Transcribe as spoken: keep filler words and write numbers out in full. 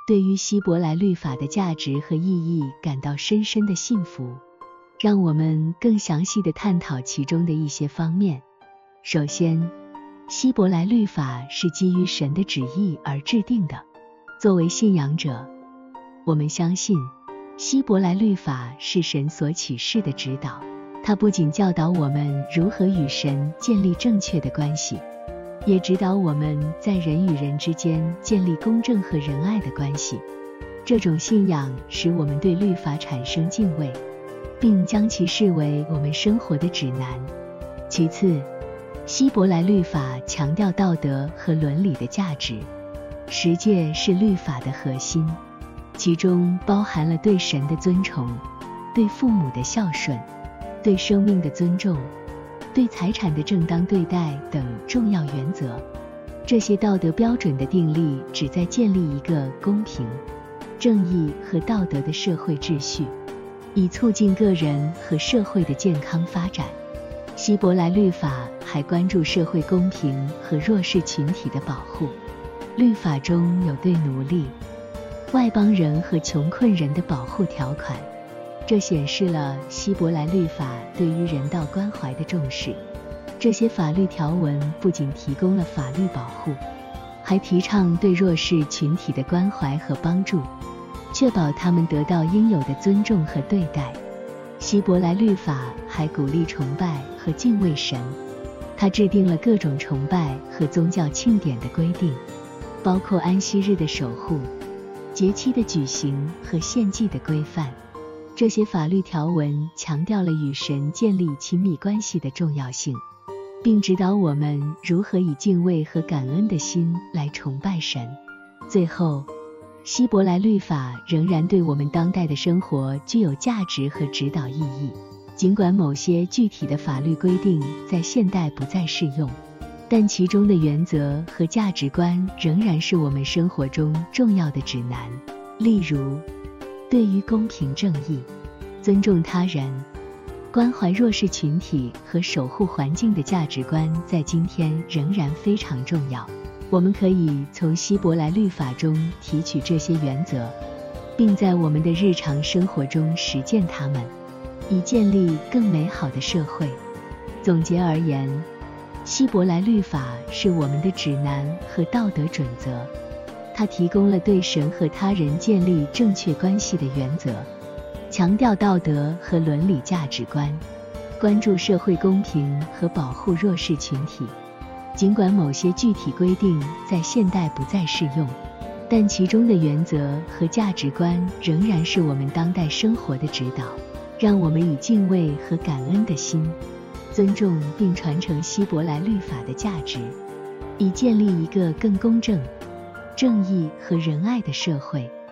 对于希伯来律法的价值和意义感到深深的信服。让我们更详细地探讨其中的一些方面。首先，希伯来律法是基于神的旨意而制定的。作为信仰者，我们相信希伯来律法是神所启示的指导，它不仅教导我们如何与神建立正确的关系，也指导我们在人与人之间建立公正和仁爱的关系。这种信仰使我们对律法产生敬畏，并将其视为我们生活的指南。其次，希伯来律法强调道德和伦理的价值。十诫是律法的核心，其中包含了对神的尊崇、对父母的孝顺、对生命的尊重、对财产的正当对待等重要原则。这些道德标准的订立旨在建立一个公平、正义和道德的社会秩序，以促进个人和社会的健康发展。希伯来律法还关注社会公平和弱势群体的保护。律法中有对奴隶、外邦人和穷困人的保护条款，这显示了希伯来律法对于人道关怀的重视。这些法律条文不仅提供了法律保护，还提倡对弱势群体的关怀和帮助，确保他们得到应有的尊重和对待。希伯来律法还鼓励崇拜和敬畏神，它制定了各种崇拜和宗教庆典的规定，包括安息日的守护、节期的举行和献祭的规范。这些法律条文强调了与神建立亲密关系的重要性，并指导我们如何以敬畏和感恩的心来崇拜神。最后，希伯来律法仍然对我们当代的生活具有价值和指导意义。尽管某些具体的法律规定在现代不再适用，但其中的原则和价值观仍然是我们生活中重要的指南。例如，对于公平正义、尊重他人、关怀弱势群体和守护环境的价值观在今天仍然非常重要。我们可以从希伯来律法中提取这些原则，并在我们的日常生活中实践它们，以建立更美好的社会。总结而言，希伯来律法是我们的指南和道德准则，它提供了对神和他人建立正确关系的原则，强调道德和伦理价值观，关注社会公平和保护弱势群体。尽管某些具体规定在现代不再适用，但其中的原则和价值观仍然是我们当代生活的指导。让我们以敬畏和感恩的心，尊重并传承希伯来律法的价值，以建立一个更公正、正义和仁爱的社会。